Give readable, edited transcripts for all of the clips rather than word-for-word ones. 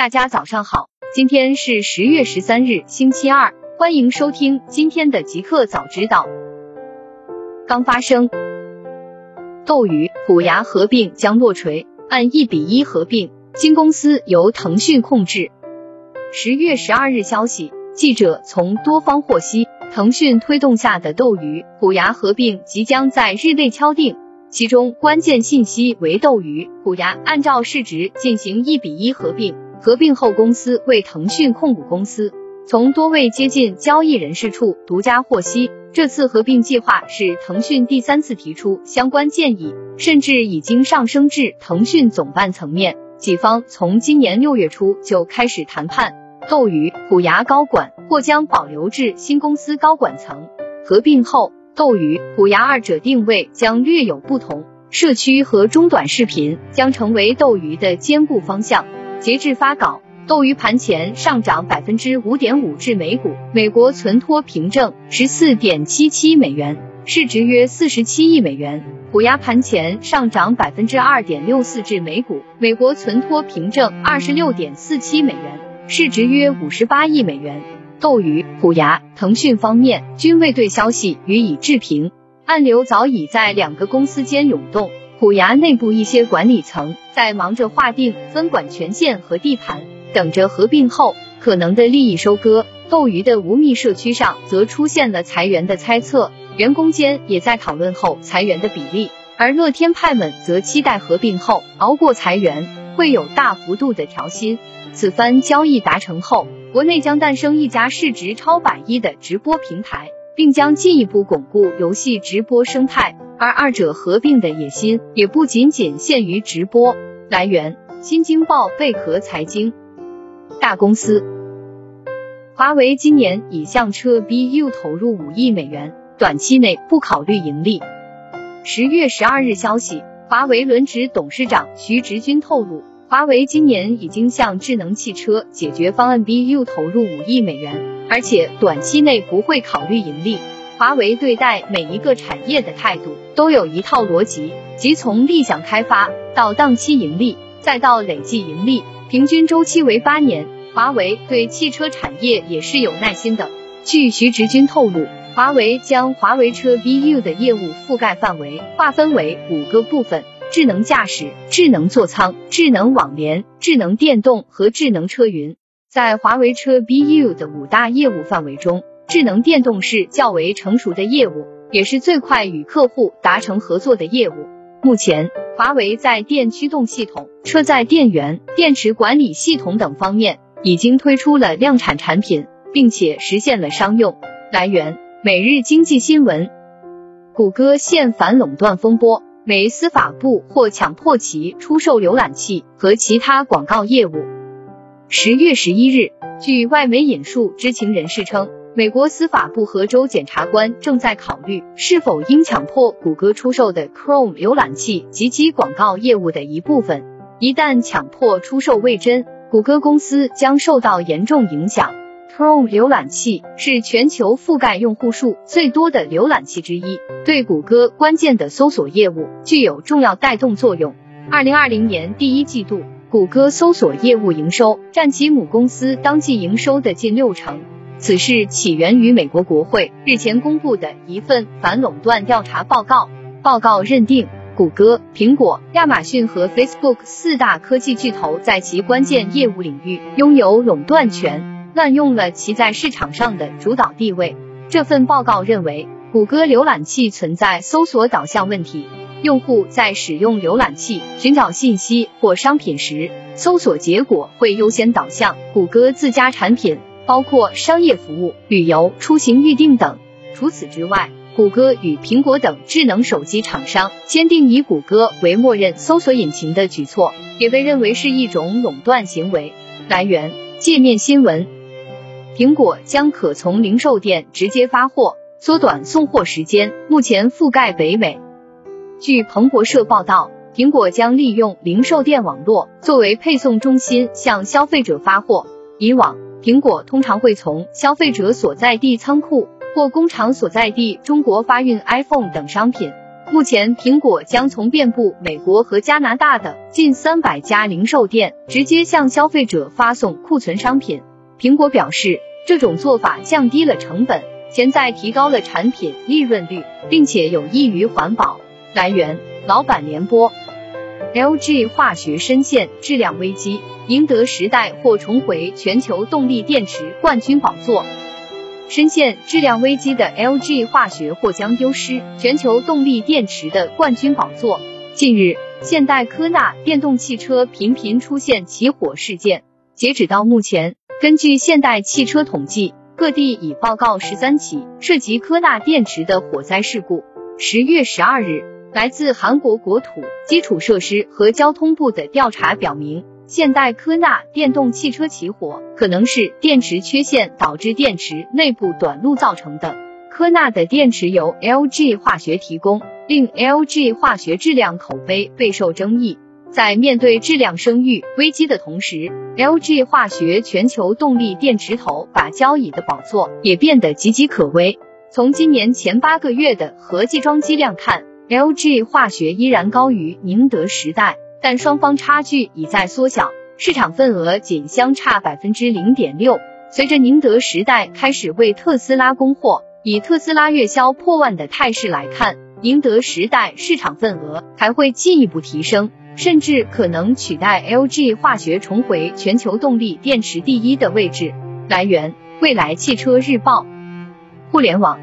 大家早上好，今天是10月13日，星期二，欢迎收听今天的极客早知道。刚发生，斗鱼、虎牙合并将落锤，按1:1合并，新公司由腾讯控制。10月12日消息，记者从多方获悉，腾讯推动下的斗鱼、虎牙合并即将在日内敲定。其中关键信息为斗鱼、虎牙按照市值进行1:1合并，合并后公司为腾讯控股公司。从多位接近交易人士处独家获悉，这次合并计划是腾讯第3次提出相关建议，甚至已经上升至腾讯总办层面，几方从今年6月初就开始谈判。斗鱼、虎牙高管或将保留至新公司高管层。合并后，斗鱼、虎牙二者定位将略有不同，社区和中短视频将成为斗鱼的兼顾方向。截至发稿，斗鱼盘前上涨 5.5% 至每股，美国存托凭证 14.77 美元，市值约47亿美元。虎牙盘前上涨 2.64% 至每股，美国存托凭证 26.47 美元，市值约58亿美元。斗鱼、虎牙、腾讯方面均未对消息予以置评，暗流早已在两个公司间涌动。虎牙内部一些管理层在忙着划定分管权限和地盘，等着合并后可能的利益收割。斗鱼的无密社区上则出现了裁员的猜测，员工间也在讨论后裁员的比例，而乐天派们则期待合并后熬过裁员，会有大幅度的调薪。此番交易达成后，国内将诞生一家市值超100亿的直播平台，并将进一步巩固游戏直播生态，而二者合并的野心也不仅仅限于直播。来源：新京报贝壳财经。大公司，华为今年已向车 BU 投入5亿美元，短期内不考虑盈利。10月12日消息，华为轮值董事长徐直军透露，华为今年已经向智能汽车解决方案 BU 投入5亿美元，而且短期内不会考虑盈利。华为对待每一个产业的态度都有一套逻辑，即从立项开发到当期盈利，再到累计盈利，平均周期为8年。华为对汽车产业也是有耐心的。据徐直军透露，华为将华为车 BU 的业务覆盖范围划分为5个部分：智能驾驶、智能座舱、智能网联、智能电动和智能车云。在华为车 BU 的5大业务范围中，智能电动是较为成熟的业务，也是最快与客户达成合作的业务。目前，华为在电驱动系统、车载电源、电池管理系统等方面已经推出了量产产品，并且实现了商用。来源：每日经济新闻。谷歌现反垄断风波，美司法部或强迫其出售浏览器和其他广告业务。10月11日，据外媒引述知情人士称，美国司法部和州检察官正在考虑是否应强迫谷歌出售的 Chrome 浏览器及其广告业务的一部分。一旦强迫出售未真，谷歌公司将受到严重影响。Chrome 浏览器是全球覆盖用户数最多的浏览器之一，对谷歌关键的搜索业务具有重要带动作用。2020年第一季度，谷歌搜索业务营收占其母公司当季营收的近60%。此事起源于美国国会日前公布的一份反垄断调查报告。报告认定，谷歌、苹果、亚马逊和 Facebook 4大科技巨头在其关键业务领域拥有垄断权，滥用了其在市场上的主导地位。这份报告认为，谷歌浏览器存在搜索导向问题，用户在使用浏览器寻找信息或商品时，搜索结果会优先导向谷歌自家产品，包括商业服务、旅游、出行预订等。除此之外，谷歌与苹果等智能手机厂商签订以谷歌为默认搜索引擎的举措，也被认为是一种垄断行为。来源：界面新闻。苹果将可从零售店直接发货，缩短送货时间，目前覆盖北美。据彭博社报道，苹果将利用零售店网络作为配送中心向消费者发货。以往，苹果通常会从消费者所在地仓库或工厂所在地中国发运 iPhone 等商品， 目前苹果将从遍布美国和加拿大的近300家零售店直接向消费者发送库存商品。苹果表示，这种做法降低了成本，潜在提高了产品利润率，并且有益于环保。来源：老板联播。LG 化学深陷质量危机，宁德时代或重回全球动力电池冠军宝座。深陷质量危机的 LG 化学或将丢失全球动力电池的冠军宝座。近日，现代科纳电动汽车频频出现起火事件。截止到目前，根据现代汽车统计，各地已报告13起涉及科纳电池的火灾事故。10月12日，来自韩国国土基础设施和交通部的调查表明，现代科纳电动汽车起火可能是电池缺陷导致电池内部短路造成的。科纳的电池由 LG 化学提供，令 LG 化学质量口碑备受争议。在面对质量声誉危机的同时， LG 化学全球动力电池头把交椅的宝座也变得岌岌可危。从今年前8个月的合计装机量看， LG 化学依然高于宁德时代，但双方差距已在缩小，市场份额仅相差 0.6%。 随着宁德时代开始为特斯拉供货，以特斯拉月销破万的态势来看，宁德时代市场份额还会进一步提升，甚至可能取代 LG 化学重回全球动力电池第一的位置。来源：未来汽车日报。互联网。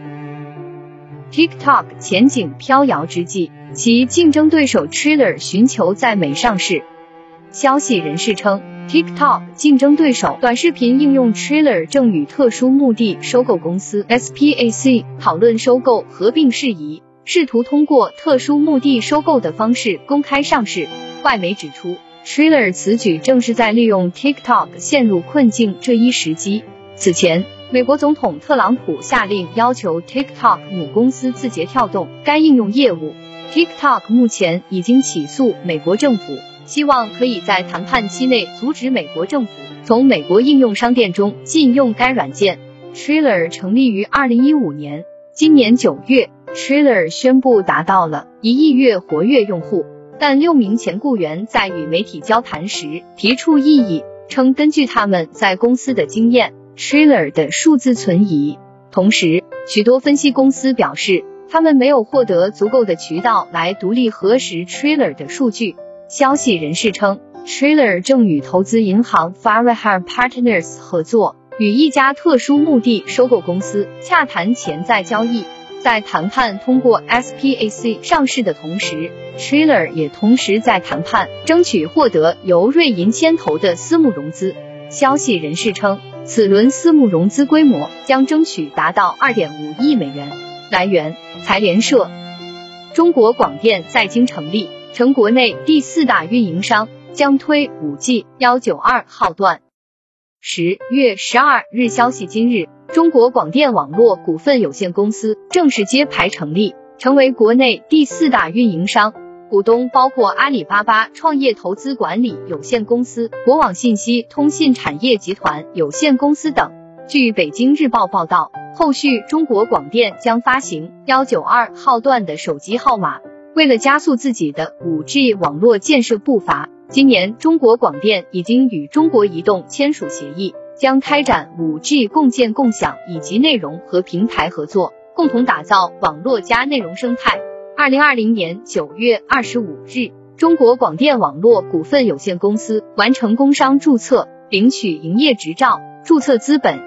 TikTok 前景飘摇之际，其竞争对手 Triller 寻求在美上市。消息人士称， TikTok 竞争对手短视频应用 Triller 正与特殊目的收购公司 SPAC 讨论收购合并事宜，试图通过特殊目的收购的方式公开上市。外媒指出， Triller 此举正是在利用 TikTok 陷入困境这一时机。此前，美国总统特朗普下令要求 TikTok 母公司字节跳动该应用业务。TikTok 目前已经起诉美国政府，希望可以在谈判期内阻止美国政府从美国应用商店中禁用该软件。Triller 成立于2015年，今年9月 Triller 宣布达到了1亿月活跃用户，但6名前雇员在与媒体交谈时提出异议，称根据他们在公司的经验， Triller 的数字存疑。同时，许多分析公司表示，他们没有获得足够的渠道来独立核实 Triller 的数据。消息人士称， Triller 正与投资银行 Farahar Partners 合作，与一家特殊目的收购公司洽谈潜在交易。在谈判通过 SPAC 上市的同时， Triller 也同时在谈判争取获得由瑞银牵头的私募融资。消息人士称，此轮私募融资规模将争取达到 2.5 亿美元。来源：财联社。中国广电在京成立，成国内第4大运营商，将推 5G 192号段。10月12日消息，今日中国广电网络股份有限公司正式揭牌成立，成为国内第4大运营商。股东包括阿里巴巴创业投资管理有限公司、国网信息通信产业集团有限公司等。据北京日报报道，后续中国广电将发行192号段的手机号码。为了加速自己的 5G 网络建设步伐，今年中国广电已经与中国移动签署协议，将开展 5G 共建共享以及内容和平台合作，共同打造网络加内容生态。2020年9月25日，中国广电网络股份有限公司完成工商注册，领取营业执照，注册资本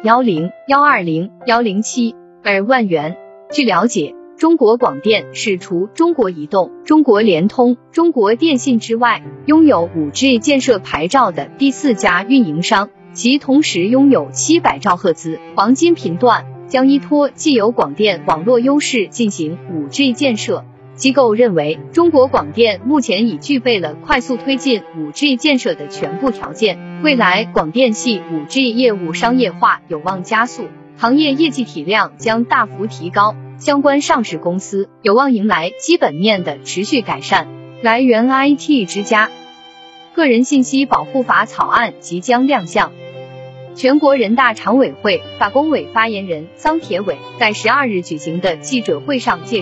10120107107万元。据了解，中国广电是除中国移动、中国联通、中国电信之外，拥有 5G 建设牌照的第4家运营商，其同时拥有700兆赫兹黄金频段，将依托既有广电网络优势进行 5G 建设。机构认为，中国广电目前已具备了快速推进 5G 建设的全部条件，未来广电系 5G 业务商业化有望加速，行业业绩体量将大幅提高，相关上市公司有望迎来基本面的持续改善。来源 IT 之家。个人信息保护法草案即将亮相。全国人大常委会法工委发言人臧铁伟在12日举行的记者会上介绍，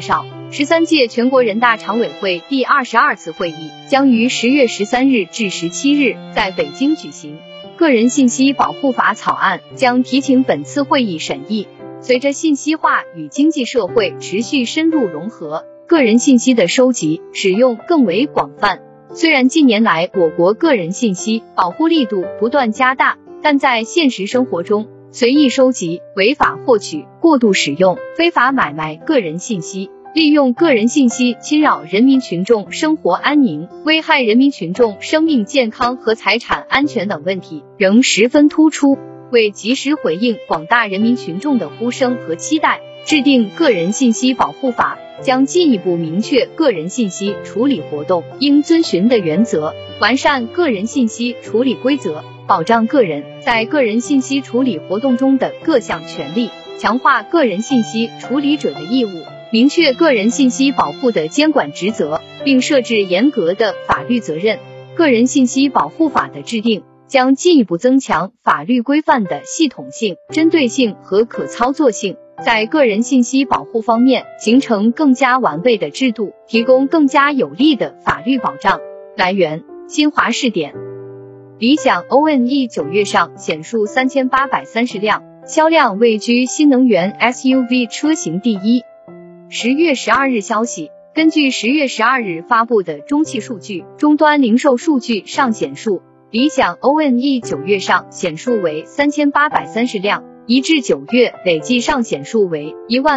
13届全国人大常委会第22次会议将于10月13日至17日在北京举行。个人信息保护法草案将提请本次会议审议。随着信息化与经济社会持续深入融合，个人信息的收集、使用更为广泛。虽然近年来我国个人信息保护力度不断加大，但在现实生活中，随意收集、违法获取、过度使用、非法买卖个人信息，利用个人信息侵扰人民群众生活安宁，危害人民群众生命健康和财产安全等问题仍十分突出。为及时回应广大人民群众的呼声和期待，制定个人信息保护法，将进一步明确个人信息处理活动应遵循的原则，完善个人信息处理规则，保障个人在个人信息处理活动中的各项权利，强化个人信息处理者的义务，明确个人信息保护的监管职责，并设置严格的法律责任。个人信息保护法的制定将进一步增强法律规范的系统性、针对性和可操作性，在个人信息保护方面形成更加完备的制度，提供更加有力的法律保障。来源：新华视点。理想 ONE 9月上显数3830辆，销量位居新能源 SUV 车型第一。10月12日消息，根据10月12日发布的中汽数据，终端零售数据上显数，理想 ONE 9月上显数为3830辆，1至9月累计上显数为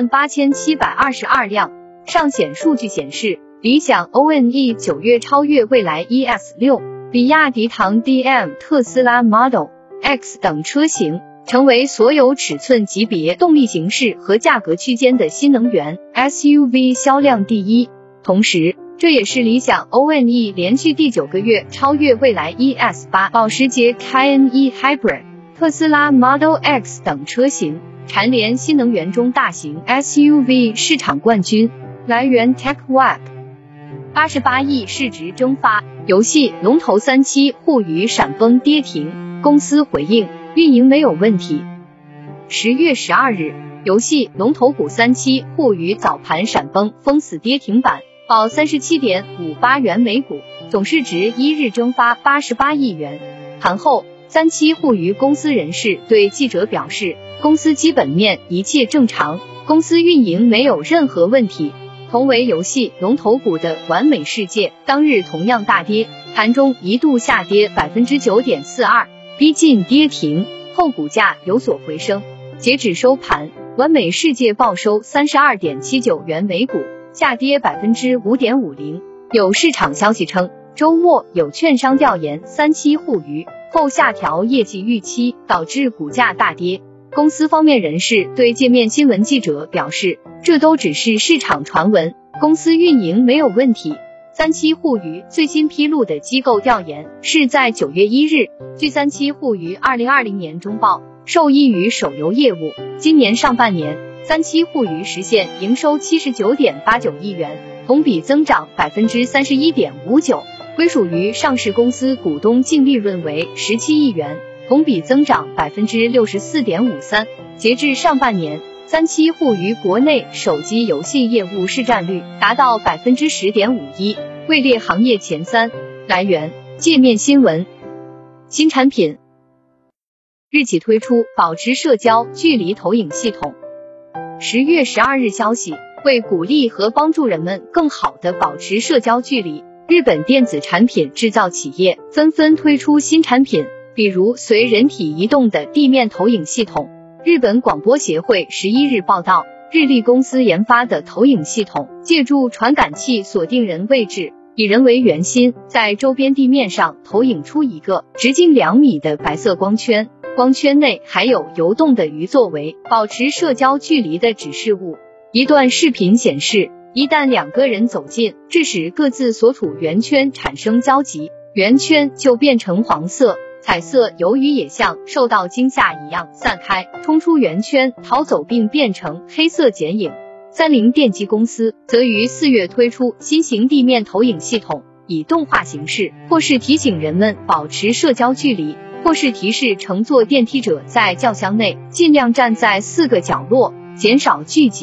18722辆。上显数据显示，理想 ONE 9月超越蔚来 ES6、比亚迪唐 DM、特斯拉 Model X 等车型，成为所有尺寸级别、动力形式和价格区间的新能源 SUV 销量第一。同时，这也是理想 ONE 连续第9个月超越蔚来 ES8、保时捷 Cayenne Hybrid、特斯拉 Model X 等车型，蝉联新能源中大型 SUV 市场冠军。来源 TechWeb。88亿市值蒸发，游戏龙头3期互娱闪崩跌停，公司回应运营没有问题。10月12日，游戏龙头股3期互娱早盘闪崩，封死跌停板，报 37.58 元每股，总市值一日蒸发88亿元。盘后，3期互娱公司人士对记者表示，公司基本面一切正常，公司运营没有任何问题。同为游戏龙头股的完美世界当日同样大跌，盘中一度下跌 9.42%， 逼近跌停后股价有所回升。截止收盘，完美世界报收 32.79 元每股，下跌 5.50%。有市场消息称，周末有券商调研3期互娱后下调业绩预期，导致股价大跌。公司方面人士对界面新闻记者表示，这都只是市场传闻，公司运营没有问题。3期互娱最新披露的机构调研是在9月1日，据3期互娱2020年中报，受益于手游业务，今年上半年3期互娱实现营收 79.89 亿元，同比增长 31.59%， 归属于上市公司股东净利润为17亿元，同比增长 64.53%。 截至上半年，3期互娱国内手机游戏业务市占率达到 10.51%， 位列行业前3。来源：界面新闻。新产品日起推出保持社交距离投影系统。10月12日消息，为鼓励和帮助人们更好地保持社交距离，日本电子产品制造企业纷纷推出新产品，比如随人体移动的地面投影系统。日本广播协会11日报道，日立公司研发的投影系统借助传感器锁定人位置，以人为圆心，在周边地面上投影出一个直径2米的白色光圈，光圈内还有游动的鱼作为保持社交距离的指示物。一段视频显示，一旦2个人走近，致使各自所处圆圈产生交集，圆圈就变成黄色。彩色由于也像受到惊吓一样散开，冲出圆圈逃走，并变成黑色剪影。三菱电机公司则于4月推出新型地面投影系统，以动画形式或是提醒人们保持社交距离，或是提示乘坐电梯者在轿厢内尽量站在4个角落，减少聚集。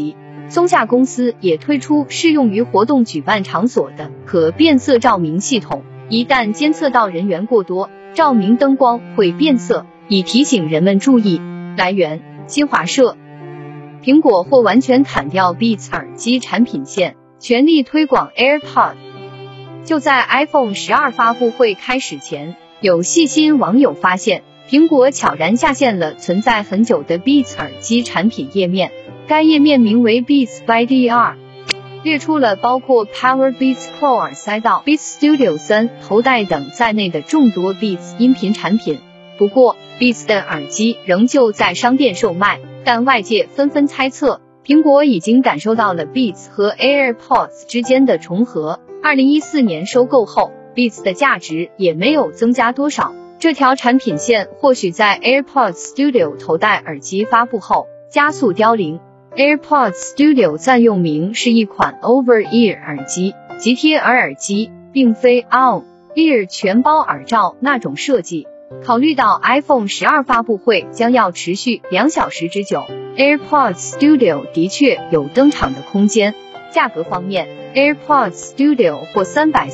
松下公司也推出适用于活动举办场所的可变色照明系统，一旦监测到人员过多，照明灯光会变色，以提醒人们注意。来源：新华社。苹果或完全砍掉 Beats 耳机产品线，全力推广 AirPod。就在 iPhone 12发布会开始前，有细心网友发现，苹果悄然下线了存在很久的 Beats 耳机产品页面。该页面名为 Beats by DR， 列出了包括 Power Beats Pro 耳塞到 Beats Studio 3头戴等在内的众多 Beats 音频产品。不过 Beats 的耳机仍旧在商店售卖，但外界纷纷猜测，苹果已经感受到了 Beats 和 AirPods 之间的重合。2014年收购后， Beats 的价值也没有增加多少，这条产品线或许在 AirPods Studio 头戴耳机发布后加速凋零。AirPods Studio 暂用名是一款 Over-Ear 耳机，即贴耳耳机，并非 On-Ear 全包耳罩那种设计。考虑到 iPhone 12发布会将要持续2小时之久， AirPods Studio 的确有登场的空间。价格方面， AirPods Studio 或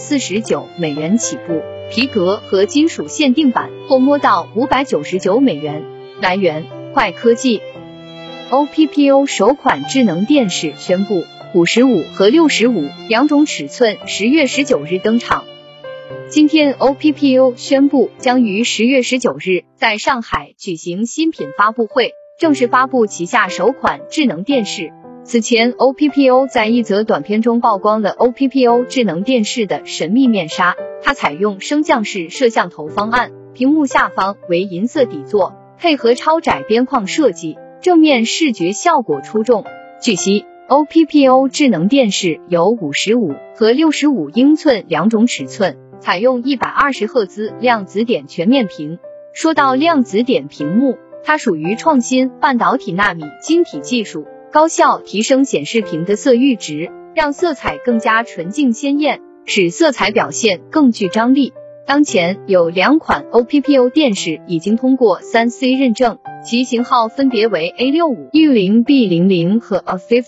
$349起步，皮革和金属限定版或摸到$599。来源：快科技。OPPO 首款智能电视宣布55和65两种尺寸10月19日登场。今天 OPPO 宣布将于10月19日在上海举行新品发布会，正式发布旗下首款智能电视。此前 OPPO 在一则短片中曝光了 OPPO 智能电视的神秘面纱，它采用升降式摄像头方案，屏幕下方为银色底座，配合超窄边框设计，正面视觉效果出众。据悉， OPPO 智能电视有55和65英寸两种尺寸，采用120赫兹量子点全面屏。说到量子点屏幕，它属于创新半导体纳米晶体技术，高效提升显示屏的色域值，让色彩更加纯净鲜艳，使色彩表现更具张力。当前有2款 OPPO 电视已经通过 3C 认证，其型号分别为 A65U0B00 和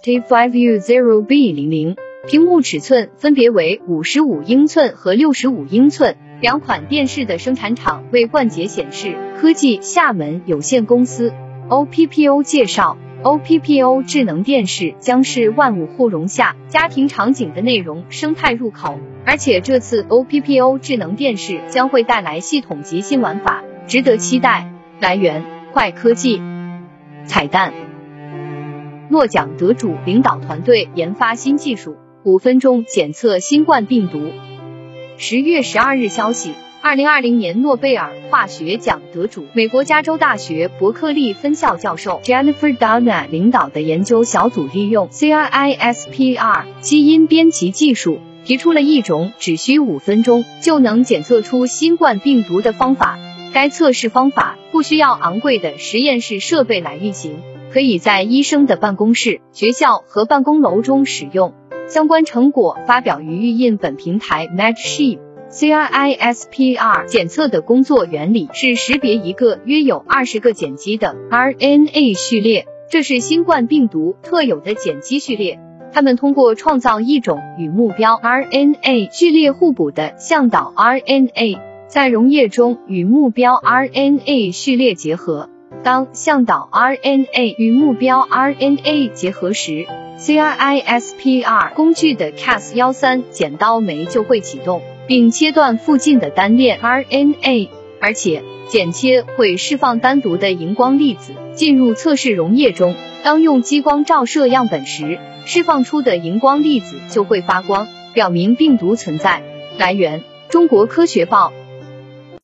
A55U0B00， 屏幕尺寸分别为55英寸和65英寸。2款电视的生产厂为冠捷显示科技厦门有限公司。OPPO 介绍，OPPO 智能电视将是万物互融下家庭场景的内容生态入口，而且这次 OPPO 智能电视将会带来系统级新玩法，值得期待。来源：快科技。彩蛋：诺奖得主领导团队研发新技术，5分钟检测新冠病毒。10月12日消息，2020年诺贝尔化学奖得主、美国加州大学伯克利分校教授 Jennifer Doudna 领导的研究小组利用 CRISPR 基因编辑技术，提出了一种只需5分钟就能检测出新冠病毒的方法。该测试方法不需要昂贵的实验室设备来运行，可以在医生的办公室、学校和办公楼中使用。相关成果发表于预印本平台 MedSheep。CRISPR 检测的工作原理是识别一个约有20个碱基的 RNA 序列，这是新冠病毒特有的碱基序列。他们通过创造一种与目标 RNA 序列互补的向导 RNA， 在溶液中与目标 RNA 序列结合。当向导 RNA 与目标 RNA 结合时， CRISPR 工具的 Cas13 剪刀酶就会启动，并切断附近的单链 RNA， 而且剪切会释放单独的荧光粒子进入测试溶液中。当用激光照射样本时，释放出的荧光粒子就会发光，表明病毒存在。来源：中国科学报。